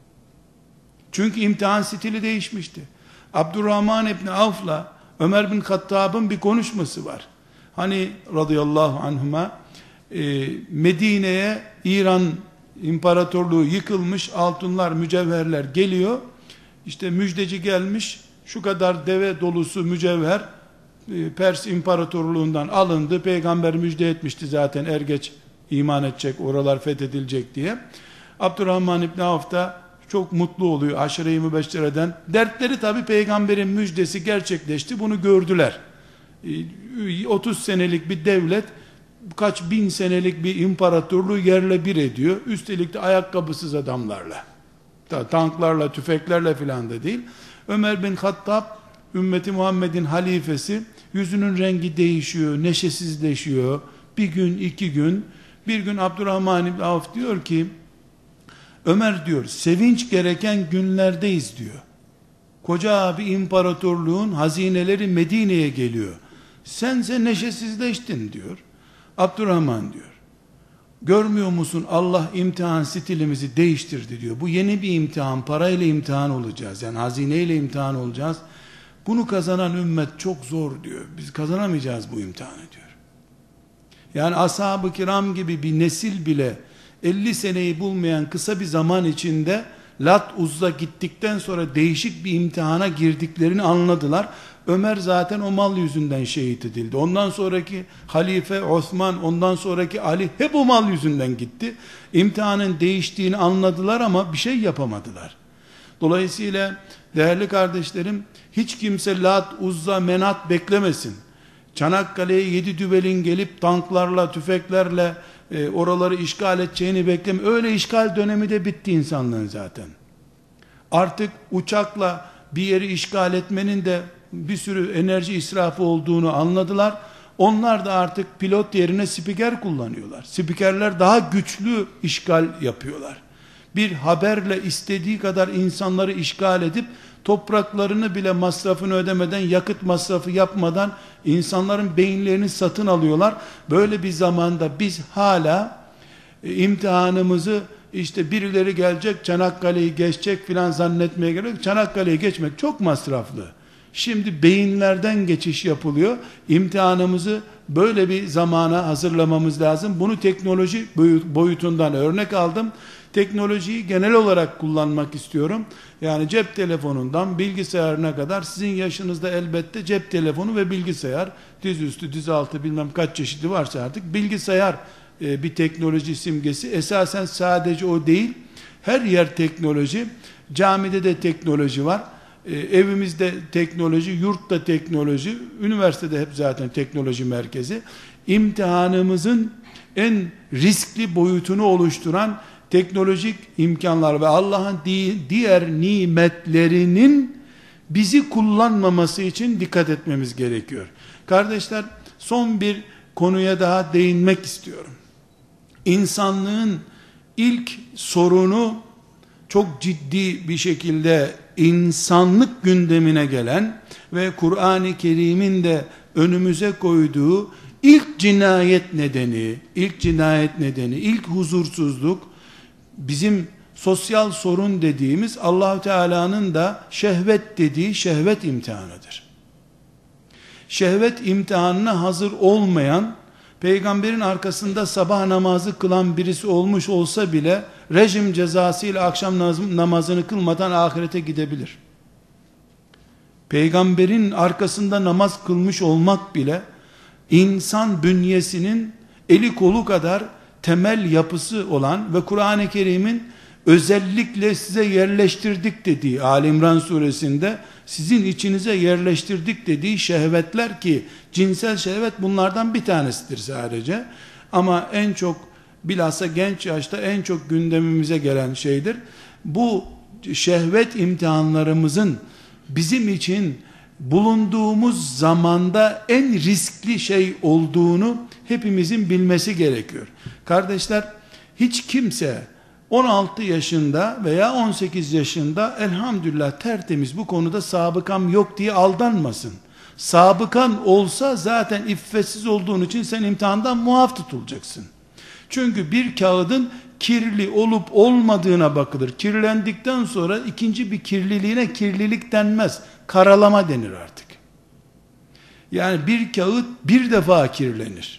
Çünkü imtihan stili değişmişti. Abdurrahman İbni Avf'la Ömer bin Hattab'ın bir konuşması var. Hani radıyallahu anhuma e, Medine'ye İran İmparatorluğu yıkılmış, altınlar, mücevherler geliyor. İşte müjdeci gelmiş, şu kadar deve dolusu mücevher e, Pers İmparatorluğundan alındı. Peygamber müjde etmişti zaten, er geç iman edecek, oralar fethedilecek diye. Abdurrahman İbni Avf da çok mutlu oluyor aşire-i mübeşşereden. Dertleri tabi peygamberin müjdesi gerçekleşti, bunu gördüler. otuz senelik bir devlet kaç bin senelik bir imparatorluğu yerle bir ediyor. Üstelik de ayakkabısız adamlarla, tanklarla, tüfeklerle filan da değil. Ömer bin Hattab, ümmeti Muhammed'in halifesi, yüzünün rengi değişiyor, neşesizleşiyor. Bir gün, iki gün, bir gün Abdurrahman İbni Avf diyor ki, Ömer diyor, sevinç gereken günlerdeyiz diyor. Koca bir imparatorluğun hazineleri Medine'ye geliyor. Sense neşesizleştin diyor. Abdurrahman diyor, görmüyor musun Allah imtihan stilimizi değiştirdi diyor. Bu yeni bir imtihan, parayla imtihan olacağız. Yani hazineyle imtihan olacağız. Bunu kazanan ümmet çok zor diyor. Biz kazanamayacağız bu imtihanı diyor. Yani ashab-ı kiram gibi bir nesil bile elli seneyi bulmayan kısa bir zaman içinde Lat Uzza gittikten sonra değişik bir imtihana girdiklerini anladılar. Ömer zaten o mal yüzünden şehit edildi. Ondan sonraki halife Osman, ondan sonraki Ali hep o mal yüzünden gitti. İmtihanın değiştiğini anladılar ama bir şey yapamadılar. Dolayısıyla değerli kardeşlerim, hiç kimse Lat, Uzza, Menat beklemesin. Çanakkale'ye yedi düvelin gelip tanklarla, tüfeklerle e, oraları işgal edeceğini bekleme. Öyle işgal dönemi de bitti insanlığın zaten. Artık uçakla bir yeri işgal etmenin de bir sürü enerji israfı olduğunu anladılar. Onlar da artık pilot yerine spiker kullanıyorlar. Spikerler daha güçlü işgal yapıyorlar. Bir haberle istediği kadar insanları işgal edip topraklarını bile masrafını ödemeden, yakıt masrafı yapmadan insanların beyinlerini satın alıyorlar. Böyle bir zamanda biz hala e, imtihanımızı işte birileri gelecek Çanakkale'yi geçecek filan zannetmeye gerek. Çanakkale'yi geçmek çok masraflı. Şimdi beyinlerden geçiş yapılıyor. İmtihanımızı böyle bir zamana hazırlamamız lazım. Bunu teknoloji boyutundan örnek aldım. Teknolojiyi genel olarak kullanmak istiyorum. Yani cep telefonundan bilgisayarına kadar, sizin yaşınızda elbette cep telefonu ve bilgisayar, dizüstü, dizaltı, bilmem kaç çeşidi varsa artık, bilgisayar e, bir teknoloji simgesi. Esasen sadece o değil, her yer teknoloji. Camide de teknoloji var. E, evimizde teknoloji, yurtta teknoloji, üniversitede hep zaten teknoloji merkezi. İmtihanımızın en riskli boyutunu oluşturan teknolojik imkanlar ve Allah'ın diğer nimetlerinin bizi kullanmaması için dikkat etmemiz gerekiyor. Kardeşler, son bir konuya daha değinmek istiyorum. İnsanlığın ilk sorunu, çok ciddi bir şekilde insanlık gündemine gelen ve Kur'an-ı Kerim'in de önümüze koyduğu ilk cinayet nedeni, ilk cinayet nedeni, ilk huzursuzluk, bizim sosyal sorun dediğimiz, Allah-u Teala'nın da şehvet dediği şehvet imtihanıdır. Şehvet imtihanına hazır olmayan, peygamberin arkasında sabah namazı kılan birisi olmuş olsa bile, rejim cezasıyla akşam namazını kılmadan ahirete gidebilir. Peygamberin arkasında namaz kılmış olmak bile, insan bünyesinin eli kolu kadar temel yapısı olan ve Kur'an-ı Kerim'in özellikle size yerleştirdik dediği, Ali İmran suresinde sizin içinize yerleştirdik dediği şehvetler, ki cinsel şehvet bunlardan bir tanesidir sadece, ama en çok, bilhassa genç yaşta en çok gündemimize gelen şeydir. Bu şehvet imtihanlarımızın bizim için bulunduğumuz zamanda en riskli şey olduğunu hepimizin bilmesi gerekiyor. Kardeşler, hiç kimse on altı yaşında veya on sekiz yaşında elhamdülillah tertemiz, bu konuda sabıkam yok diye aldanmasın. Sabıkan olsa zaten iffetsiz olduğun için sen imtihandan muaf tutulacaksın. Çünkü bir kağıdın kirli olup olmadığına bakılır. Kirlendikten sonra ikinci bir kirliliğine kirlilik denmez, karalama denir artık. Yani bir kağıt bir defa kirlenir.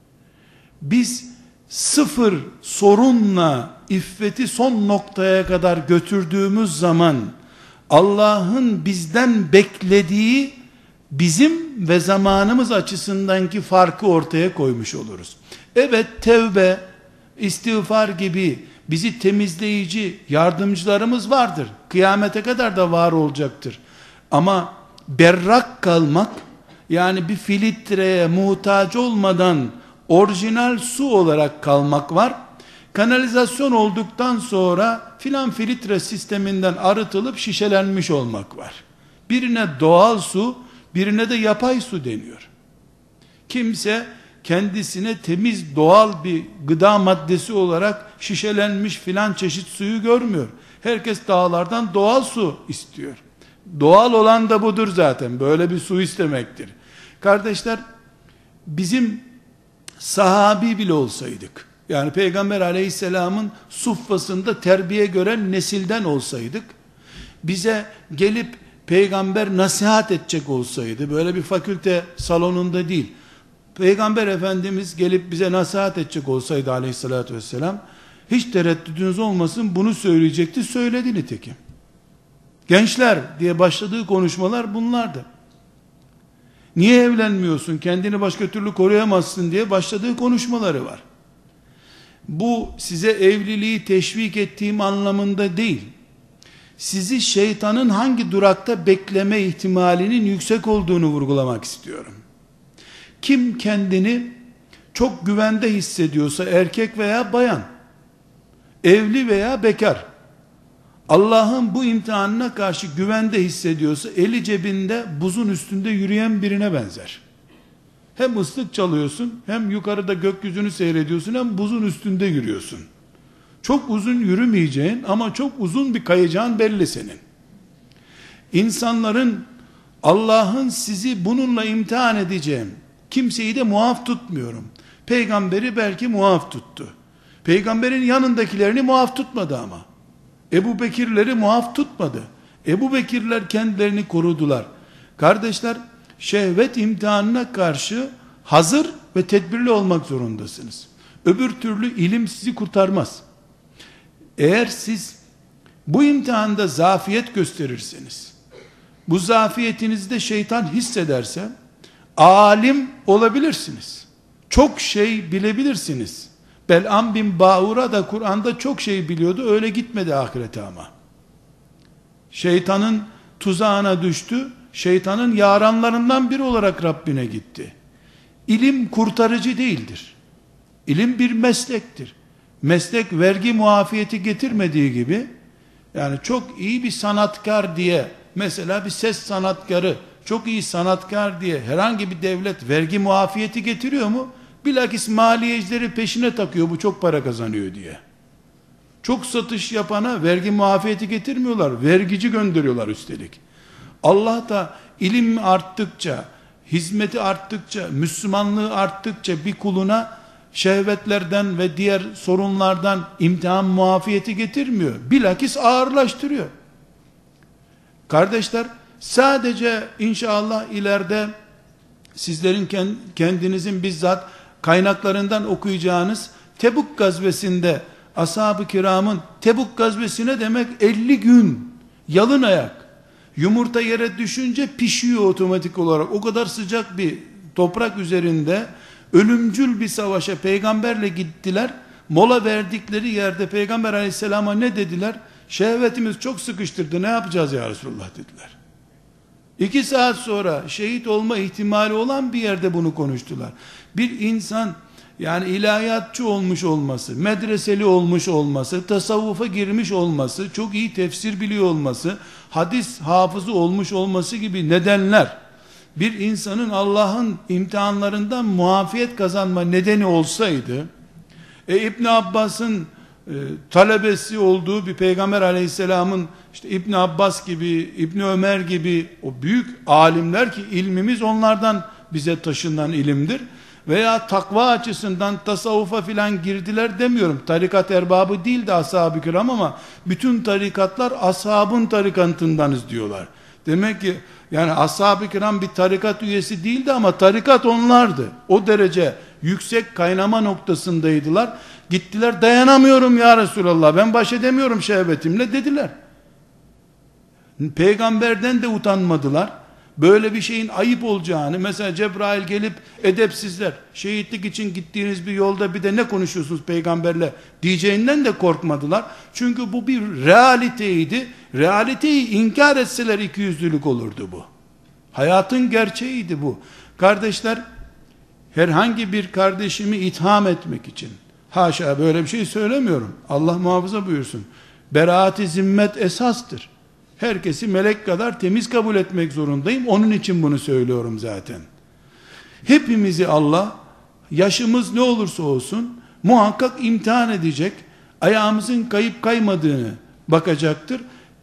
Biz sıfır sorunla iffeti son noktaya kadar götürdüğümüz zaman, Allah'ın bizden beklediği bizim ve zamanımız açısındaki farkı ortaya koymuş oluruz. Evet, tevbe, istiğfar gibi bizi temizleyici yardımcılarımız vardır. Kıyamete kadar da var olacaktır. Ama berrak kalmak, yani bir filtreye muhtaç olmadan orijinal su olarak kalmak var. Kanalizasyon olduktan sonra filan filtre sisteminden arıtılıp şişelenmiş olmak var. Birine doğal su, birine de yapay su deniyor. Kimse kendisine temiz doğal bir gıda maddesi olarak şişelenmiş filan çeşit suyu görmüyor. Herkes dağlardan doğal su istiyor. Doğal olan da budur zaten. Böyle bir su istemektir. Kardeşler, bizim sahabi bile olsaydık, yani Peygamber aleyhisselamın suffasında terbiye gören nesilden olsaydık, bize gelip Peygamber nasihat edecek olsaydı, böyle bir fakülte salonunda değil, Peygamber Efendimiz gelip bize nasihat edecek olsaydı aleyhissalatü vesselam, hiç tereddüdünüz olmasın, bunu söyleyecekti, söyledi nitekim. Gençler diye başladığı konuşmalar bunlardı. Niye evlenmiyorsun, kendini başka türlü koruyamazsın diye başladığı konuşmaları var. Bu size evliliği teşvik ettiğim anlamında değil, sizi şeytanın hangi durakta bekleme ihtimalinin yüksek olduğunu vurgulamak istiyorum. Kim kendini çok güvende hissediyorsa, erkek veya bayan, evli veya bekar, Allah'ın bu imtihanına karşı güvende hissediyorsa, eli cebinde buzun üstünde yürüyen birine benzer. Hem ıslık çalıyorsun, hem yukarıda gökyüzünü seyrediyorsun, hem buzun üstünde yürüyorsun. Çok uzun yürümeyeceğin ama çok uzun bir kayacağın belli senin. İnsanların, Allah'ın sizi bununla imtihan edeceğim, kimseyi de muaf tutmuyorum. Peygamberi belki muaf tuttu. Peygamberin yanındakilerini muaf tutmadı ama. Ebu Bekirleri muaf tutmadı. Ebu Bekirler kendilerini korudular. Kardeşler, şehvet imtihanına karşı hazır ve tedbirli olmak zorundasınız. Öbür türlü ilim sizi kurtarmaz. Eğer siz bu imtihanda zafiyet gösterirseniz, bu zafiyetinizde şeytan hissederse, alim olabilirsiniz. Çok şey bilebilirsiniz. Bel'am bin Ba'ura da Kur'an'da çok şey biliyordu. Öyle gitmedi ahirete ama. Şeytanın tuzağına düştü. Şeytanın yaranlarından biri olarak Rabbine gitti. İlim kurtarıcı değildir. İlim bir meslektir. Meslek vergi muafiyeti getirmediği gibi, yani çok iyi bir sanatkar diye, mesela bir ses sanatkarı, çok iyi sanatkar diye herhangi bir devlet vergi muafiyeti getiriyor mu? Bilakis maliyecileri peşine takıyor, bu çok para kazanıyor diye. Çok satış yapana vergi muafiyeti getirmiyorlar, vergici gönderiyorlar üstelik. Allah da ilim arttıkça, hizmeti arttıkça, Müslümanlığı arttıkça bir kuluna şehvetlerden ve diğer sorunlardan imtihan muafiyeti getirmiyor. Bilakis ağırlaştırıyor. Kardeşler, sadece inşallah ileride sizlerin kendinizin bizzat kaynaklarından okuyacağınız Tebuk gazvesinde ashab-ı kiramın, Tebuk gazvesine demek elli gün yalın ayak, yumurta yere düşünce pişiyor otomatik olarak, o kadar sıcak bir toprak üzerinde ölümcül bir savaşa peygamberle gittiler. Mola verdikleri yerde peygamber aleyhisselama ne dediler? Şehvetimiz çok sıkıştırdı, ne yapacağız ya Resulullah dediler. İki saat sonra şehit olma ihtimali olan bir yerde bunu konuştular. Bir insan, yani ilahiyatçı olmuş olması, medreseli olmuş olması, tasavvufa girmiş olması, çok iyi tefsir biliyor olması, hadis hafızı olmuş olması gibi nedenler, bir insanın Allah'ın imtihanlarından muafiyet kazanma nedeni olsaydı, e, İbn Abbas'ın e, talebesi olduğu bir peygamber aleyhisselamın, işte İbn Abbas gibi, İbn Ömer gibi o büyük alimler ki ilmimiz onlardan bize taşınan ilimdir, veya takva açısından tasavvufa filan girdiler demiyorum. Tarikat erbabı değil de ashab-ı kiram, ama bütün tarikatlar ashabın tarikatındanız diyorlar. Demek ki yani ashab-ı kiram bir tarikat üyesi değildi ama tarikat onlardı. O derece yüksek kaynama noktasındaydılar. Gittiler, dayanamıyorum ya Resulallah, ben baş edemiyorum şehvetimle dediler. Peygamberden de utanmadılar. Böyle bir şeyin ayıp olacağını, mesela Cebrail gelip edepsizler, şehitlik için gittiğiniz bir yolda bir de ne konuşuyorsunuz peygamberle diyeceğinden de korkmadılar. Çünkü bu bir realiteydi. Realiteyi inkar etseler ikiyüzlülük olurdu bu. Hayatın gerçeğiydi bu. Kardeşler, herhangi bir kardeşimi itham etmek için, haşa böyle bir şey söylemiyorum, Allah muhafaza buyursun, beraat-i zimmet esastır. Herkesi melek kadar temiz kabul etmek zorundayım. Onun için bunu söylüyorum zaten. Hepimizi Allah, yaşımız ne olursa olsun, muhakkak imtihan edecek. Ayağımızın kayıp kaymadığını bakacaktır.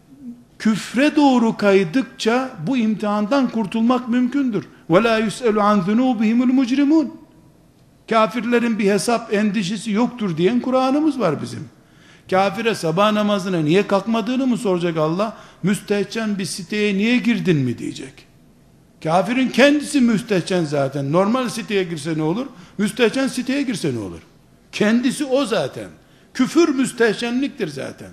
Küfre doğru kaydıkça bu imtihandan kurtulmak mümkündür. وَلَا يُسْأَلُ عَنْ ذُنُوبِهِمُ الْمُجْرِمُونَ. Kafirlerin bir hesap endişesi yoktur diyen Kur'an'ımız var bizim. Kafire sabah namazına niye kalkmadığını mı soracak Allah? Müstehcen bir siteye niye girdin mi diyecek. Kafirin kendisi müstehcen zaten. Normal siteye girse ne olur? Müstehcen siteye girse ne olur? Kendisi o zaten. Küfür müstehcenliktir zaten.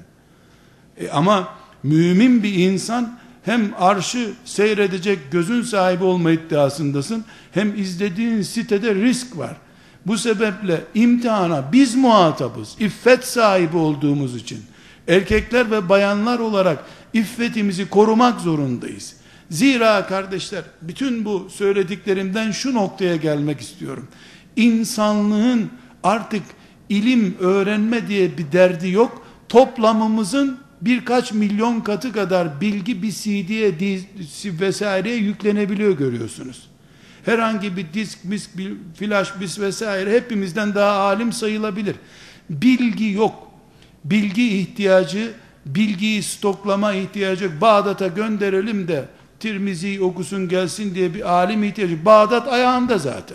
E ama mümin bir insan, hem arşı seyredecek gözün sahibi olma iddiasındasın, hem izlediğin sitede risk var. Bu sebeple imtihana biz muhatabız. İffet sahibi olduğumuz için. Erkekler ve bayanlar olarak iffetimizi korumak zorundayız. Zira kardeşler, bütün bu söylediklerimden şu noktaya gelmek istiyorum. İnsanlığın artık ilim öğrenme diye bir derdi yok. Toplamımızın birkaç milyon katı kadar bilgi bir C D'ye vesaireye yüklenebiliyor, görüyorsunuz. Herhangi bir disk, misk, bir flash, bis vesaire hepimizden daha alim sayılabilir. Bilgi yok. Bilgi ihtiyacı, bilgiyi stoklama ihtiyacı, Bağdat'a gönderelim de Tirmizi'yi okusun gelsin diye bir alim ihtiyacı. Bağdat ayağında zaten.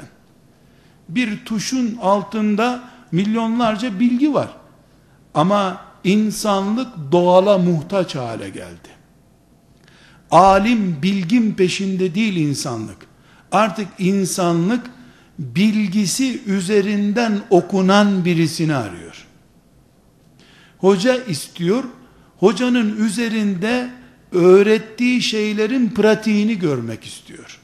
Bir tuşun altında milyonlarca bilgi var. Ama insanlık doğala muhtaç hale geldi. alim, bilgin peşinde değil insanlık. Artık insanlık bilgisi üzerinden okunan birisini arıyor. Hoca istiyor, hocanın üzerinde öğrettiği şeylerin pratiğini görmek istiyor.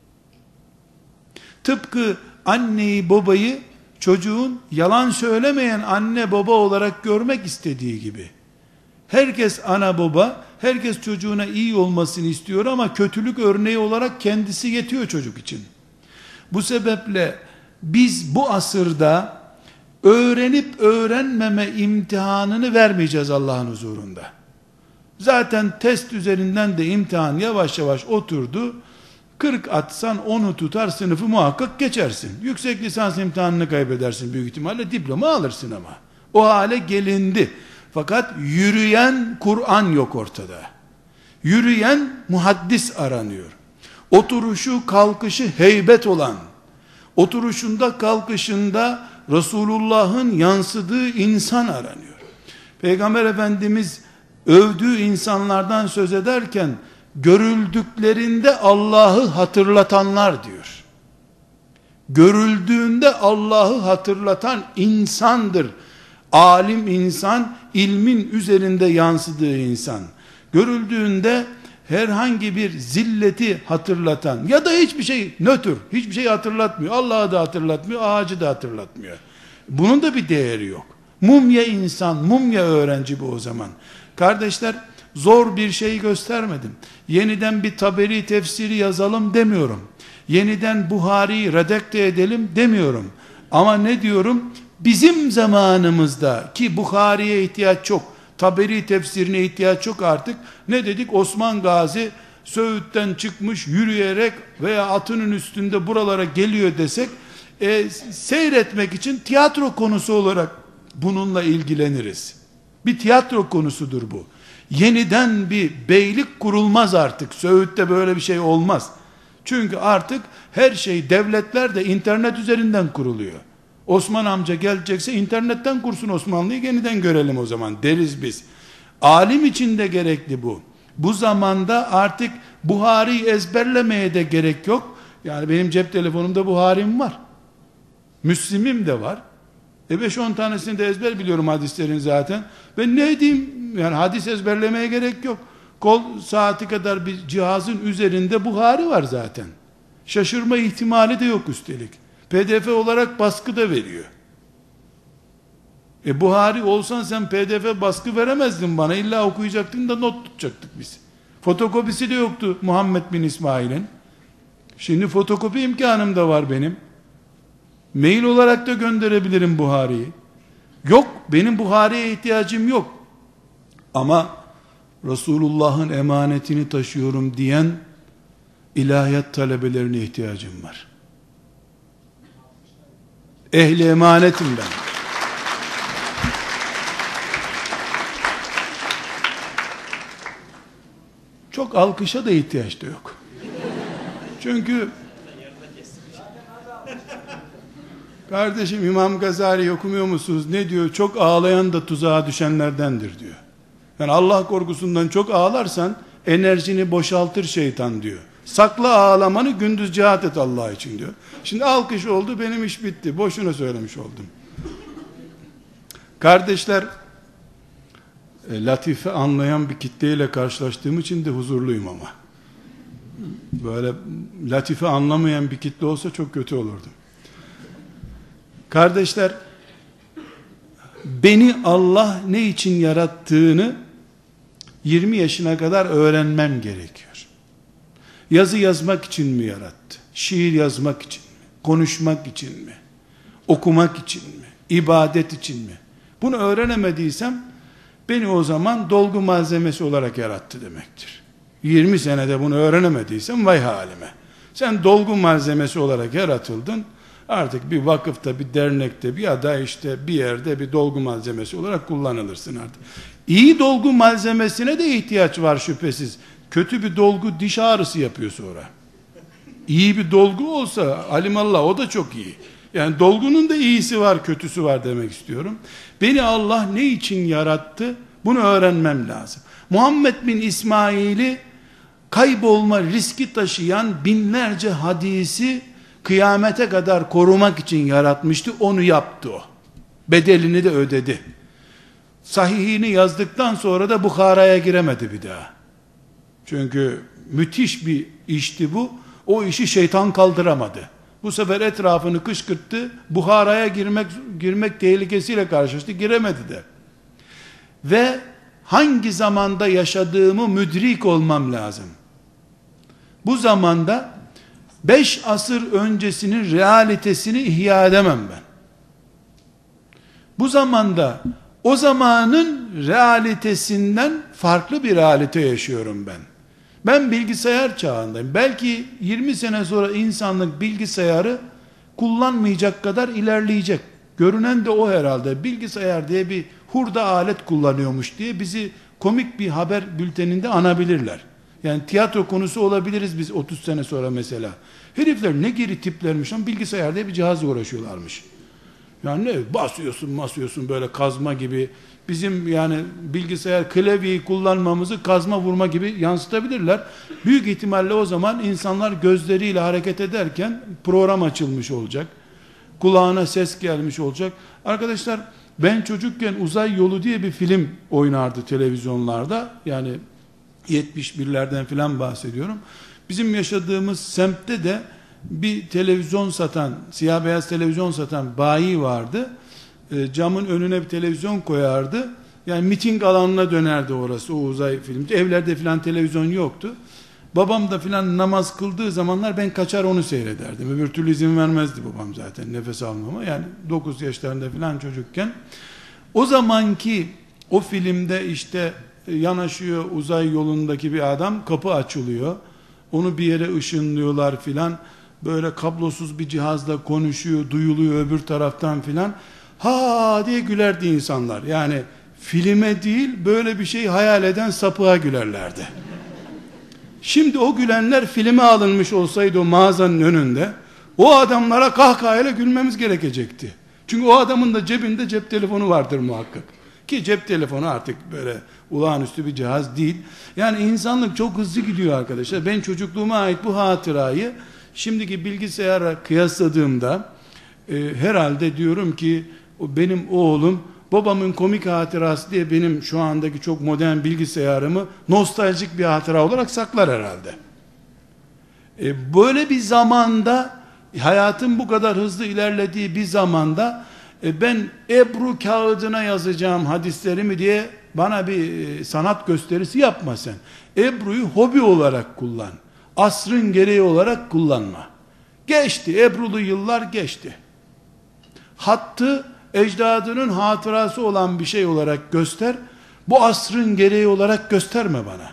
Tıpkı anneyi babayı çocuğun yalan söylemeyen anne baba olarak görmek istediği gibi. Herkes ana baba, herkes çocuğuna iyi olmasını istiyor ama kötülük örneği olarak kendisi yetiyor çocuk için. Bu sebeple biz bu asırda öğrenip öğrenmeme imtihanını vermeyeceğiz Allah'ın huzurunda. Zaten test üzerinden de imtihan yavaş yavaş oturdu. kırk atsan onu tutar, sınıfı muhakkak geçersin. Yüksek lisans imtihanını kaybedersin büyük ihtimalle, diploma alırsın ama. O hale gelindi. Fakat yürüyen Kur'an yok ortada. Yürüyen muhaddis aranıyor. Oturuşu kalkışı heybet olan, oturuşunda kalkışında Resulullah'ın yansıdığı insan aranıyor. Peygamber Efendimiz övdüğü insanlardan söz ederken görüldüklerinde Allah'ı hatırlatanlar diyor. Görüldüğünde Allah'ı hatırlatan insandır. Alim insan, ilmin üzerinde yansıdığı insan. Görüldüğünde herhangi bir zilleti hatırlatan ya da hiçbir şey nötr, hiçbir şey hatırlatmıyor. Allah'ı da hatırlatmıyor, ağacı da hatırlatmıyor. Bunun da bir değeri yok. Mumya insan, mumya öğrenci bu o zaman. Kardeşler, zor bir şey göstermedim. Yeniden bir Taberi tefsiri yazalım demiyorum. Yeniden Buhari'yi redakte edelim demiyorum. Ama ne diyorum? Bizim zamanımızda ki Buhari'ye ihtiyaç çok, Taberi tefsirine ihtiyaç yok artık. Ne dedik? Osman Gazi Söğüt'ten çıkmış yürüyerek veya atının üstünde buralara geliyor desek, e, seyretmek için tiyatro konusu olarak bununla ilgileniriz. Bir tiyatro konusudur bu. Yeniden bir beylik kurulmaz artık. Söğüt'te böyle bir şey olmaz. Çünkü artık her şey, devletler de internet üzerinden kuruluyor. Osman amca gelecekse internetten kursun Osmanlı'yı, yeniden görelim o zaman deriz biz. Alim için de gerekli bu. Bu zamanda artık Buhari'yi ezberlemeye de gerek yok. Yani benim cep telefonumda Buhari'm var. Müslim'im de var. E beş on tanesini de ezber biliyorum hadislerin zaten. Ben ne edeyim? Yani hadis ezberlemeye gerek yok. Kol saati kadar bir cihazın üzerinde Buhari var zaten. Şaşırma ihtimali de yok üstelik. P D F olarak baskı da veriyor. E Buhari olsan sen P D F baskı veremezdin bana. İlla okuyacaktın da not tutacaktık biz. Fotokopisi de yoktu Muhammed bin İsmail'in. Şimdi fotokopi imkanım da var benim. Mail olarak da gönderebilirim Buhari'yi. Yok, benim Buhari'ye ihtiyacım yok. Ama Resulullah'ın emanetini taşıyorum diyen ilahiyat talebelerine ihtiyacım var. Ehli emanetim ben. Çok alkışa da ihtiyaç da yok. Çünkü kardeşim İmam Gazali okumuyor musunuz? Ne diyor? Çok ağlayan da tuzağa düşenlerdendir diyor. Yani Allah korkusundan çok ağlarsan enerjini boşaltır şeytan diyor. Sakla ağlamanı, gündüz cihat et Allah için diyor. Şimdi alkış oldu, benim iş bitti. Boşuna söylemiş oldum. Kardeşler, e, latife anlayan bir kitleyle karşılaştığım için de huzurluyum ama. Böyle latife anlamayan bir kitle olsa çok kötü olurdu. Kardeşler, beni Allah ne için yarattığını yirmi yaşına kadar öğrenmem gerekiyor. Yazı yazmak için mi yarattı? Şiir yazmak için mi? Konuşmak için mi? Okumak için mi? İbadet için mi? Bunu öğrenemediysem beni o zaman dolgu malzemesi olarak yarattı demektir. yirmi senede bunu öğrenemediysem vay halime. Sen dolgu malzemesi olarak yaratıldın. Artık bir vakıfta, bir dernekte, bir ya da işte bir yerde bir dolgu malzemesi olarak kullanılırsın artık. İyi dolgu malzemesine de ihtiyaç var şüphesiz. Kötü bir dolgu diş ağrısı yapıyor sonra. İyi bir dolgu olsa alimallah o da çok iyi. Yani dolgunun da iyisi var, kötüsü var demek istiyorum. Beni Allah ne için yarattı? Bunu öğrenmem lazım. Muhammed bin İsmail'i kaybolma riski taşıyan binlerce hadisi kıyamete kadar korumak için yaratmıştı. Onu yaptı o. Bedelini de ödedi. Sahihini yazdıktan sonra da Bukhara'ya giremedi bir daha. Çünkü müthiş bir işti bu. O işi şeytan kaldıramadı. Bu sefer etrafını kışkırttı. Bukhara'ya girmek girmek tehlikesiyle karşılaştı. Giremedi de. Ve hangi zamanda yaşadığımı müdrik olmam lazım. Bu zamanda beş asır öncesinin realitesini ihya edemem ben. Bu zamanda o zamanın realitesinden farklı bir realite yaşıyorum ben. Ben bilgisayar çağındayım. Belki yirmi sene sonra insanlık bilgisayarı kullanmayacak kadar ilerleyecek. Görünen de o herhalde. Bilgisayar diye bir hurda alet kullanıyormuş diye bizi komik bir haber bülteninde anabilirler. Yani tiyatro konusu olabiliriz biz otuz sene sonra mesela. Herifler ne geri tiplermiş ama bilgisayar diye bir cihazla uğraşıyorlarmış. Yani ne basıyorsun basıyorsun böyle kazma gibi. Bizim yani bilgisayar klavyeyi kullanmamızı kazma vurma gibi yansıtabilirler. Büyük ihtimalle o zaman insanlar gözleriyle hareket ederken program açılmış olacak. Kulağına ses gelmiş olacak. Arkadaşlar ben çocukken Uzay Yolu diye bir film oynardı televizyonlarda. Yani yetmiş birlerden filan bahsediyorum. Bizim yaşadığımız semtte de bir televizyon satan, siyah beyaz televizyon satan bayi vardı. E, camın önüne bir televizyon koyardı. Yani miting alanına dönerdi orası, o uzay filmi. Evlerde filan televizyon yoktu. Babam da filan namaz kıldığı zamanlar ben kaçar onu seyrederdim. Öbür türlü izin vermezdi babam zaten nefes almama. Yani dokuz yaşlarında filan çocukken. O zamanki o filmde işte yanaşıyor uzay yolundaki bir adam, kapı açılıyor. Onu bir yere ışınlıyorlar filan. Böyle kablosuz bir cihazla konuşuyor, duyuluyor öbür taraftan filan. Ha diye gülerdi insanlar. Yani filme değil böyle bir şey hayal eden sapığa gülerlerdi. Şimdi o gülenler filme alınmış olsaydı o mağazanın önünde, o adamlara kahkahayla gülmemiz gerekecekti. Çünkü o adamın da cebinde cep telefonu vardır muhakkak. Ki cep telefonu artık böyle olağanüstü bir cihaz değil. Yani insanlık çok hızlı gidiyor arkadaşlar. Ben çocukluğuma ait bu hatırayı şimdiki bilgisayara kıyasladığımda e, herhalde diyorum ki o benim oğlum babamın komik hatırası diye benim şu andaki çok modern bilgisayarımı nostaljik bir hatıra olarak saklar herhalde. E, böyle bir zamanda, hayatın bu kadar hızlı ilerlediği bir zamanda e, ben Ebru kağıdına yazacağım hadislerimi diye bana bir e, sanat gösterisi yapma sen. Ebru'yu hobi olarak kullan. Asrın gereği olarak kullanma. Geçti, Ebrulu yıllar geçti. Hattı ecdadının hatırası olan bir şey olarak göster. Bu asrın gereği olarak gösterme bana.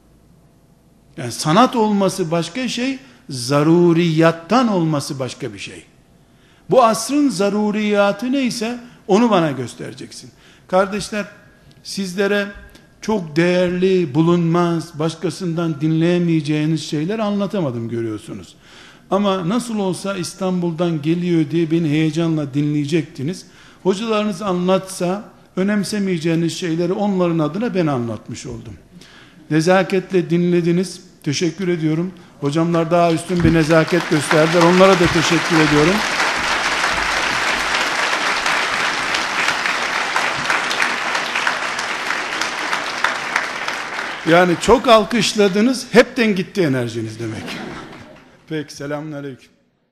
Yani sanat olması başka şey, zaruriyattan olması başka bir şey. Bu asrın zaruriyatı neyse onu bana göstereceksin. Kardeşler, sizlere çok değerli, bulunmaz, başkasından dinleyemeyeceğiniz şeyler anlatamadım görüyorsunuz. Ama nasıl olsa İstanbul'dan geliyor diye beni heyecanla dinleyecektiniz. Hocalarınız anlatsa önemsemeyeceğiniz şeyleri onların adına ben anlatmış oldum. Nezaketle dinlediniz. Teşekkür ediyorum. Hocamlar daha üstün bir nezaket gösterdiler. Onlara da teşekkür ediyorum. Yani çok alkışladınız, hepten gitti enerjiniz demek. Peki, selamünaleyküm.